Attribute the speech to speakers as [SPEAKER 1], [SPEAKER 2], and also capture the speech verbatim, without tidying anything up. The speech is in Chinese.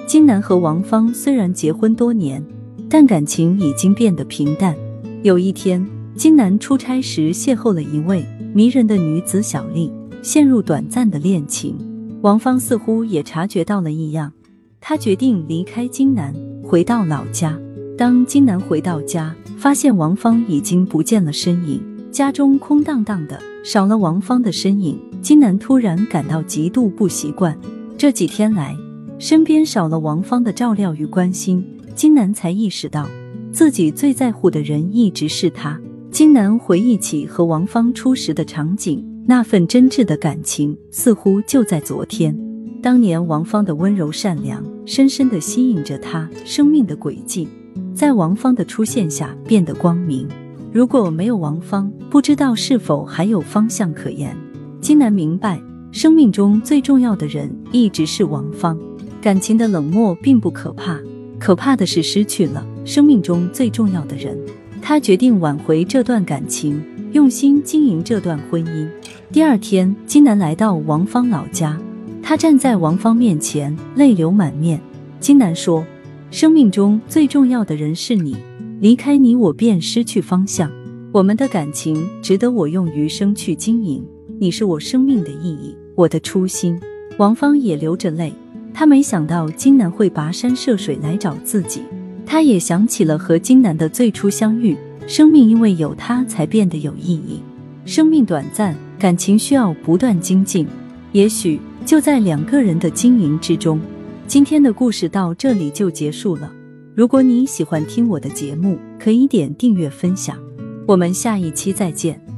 [SPEAKER 1] 金南和王芳虽然结婚多年，但感情已经变得平淡。有一天，金南出差时邂逅了一位迷人的女子小丽，陷入短暂的恋情。王芳似乎也察觉到了异样，她决定离开金南，回到老家。当金南回到家，发现王芳已经不见了身影，家中空荡荡的，少了王芳的身影，金南突然感到极度不习惯。这几天来，身边少了王芳的照料与关心，金南才意识到自己最在乎的人一直是他。金南回忆起和王芳初识的场景，那份真挚的感情似乎就在昨天。当年王芳的温柔善良深深地吸引着他生命的轨迹，在王芳的出现下变得光明。如果没有王芳，不知道是否还有方向可言。金南明白，生命中最重要的人一直是王芳。感情的冷漠并不可怕，可怕的是失去了生命中最重要的人。他决定挽回这段感情，用心经营这段婚姻。第二天，金南来到王芳老家，他站在王芳面前，泪流满面。金南说，生命中最重要的人是你，离开你我便失去方向。我们的感情值得我用余生去经营，你是我生命的意义，我的初心。王芳也流着泪，她没想到金南会跋山涉水来找自己。她也想起了和金南的最初相遇，生命因为有他才变得有意义。生命短暂，感情需要不断精进，也许就在两个人的经营之中。今天的故事到这里就结束了。如果你喜欢听我的节目，可以点订阅分享。我们下一期再见。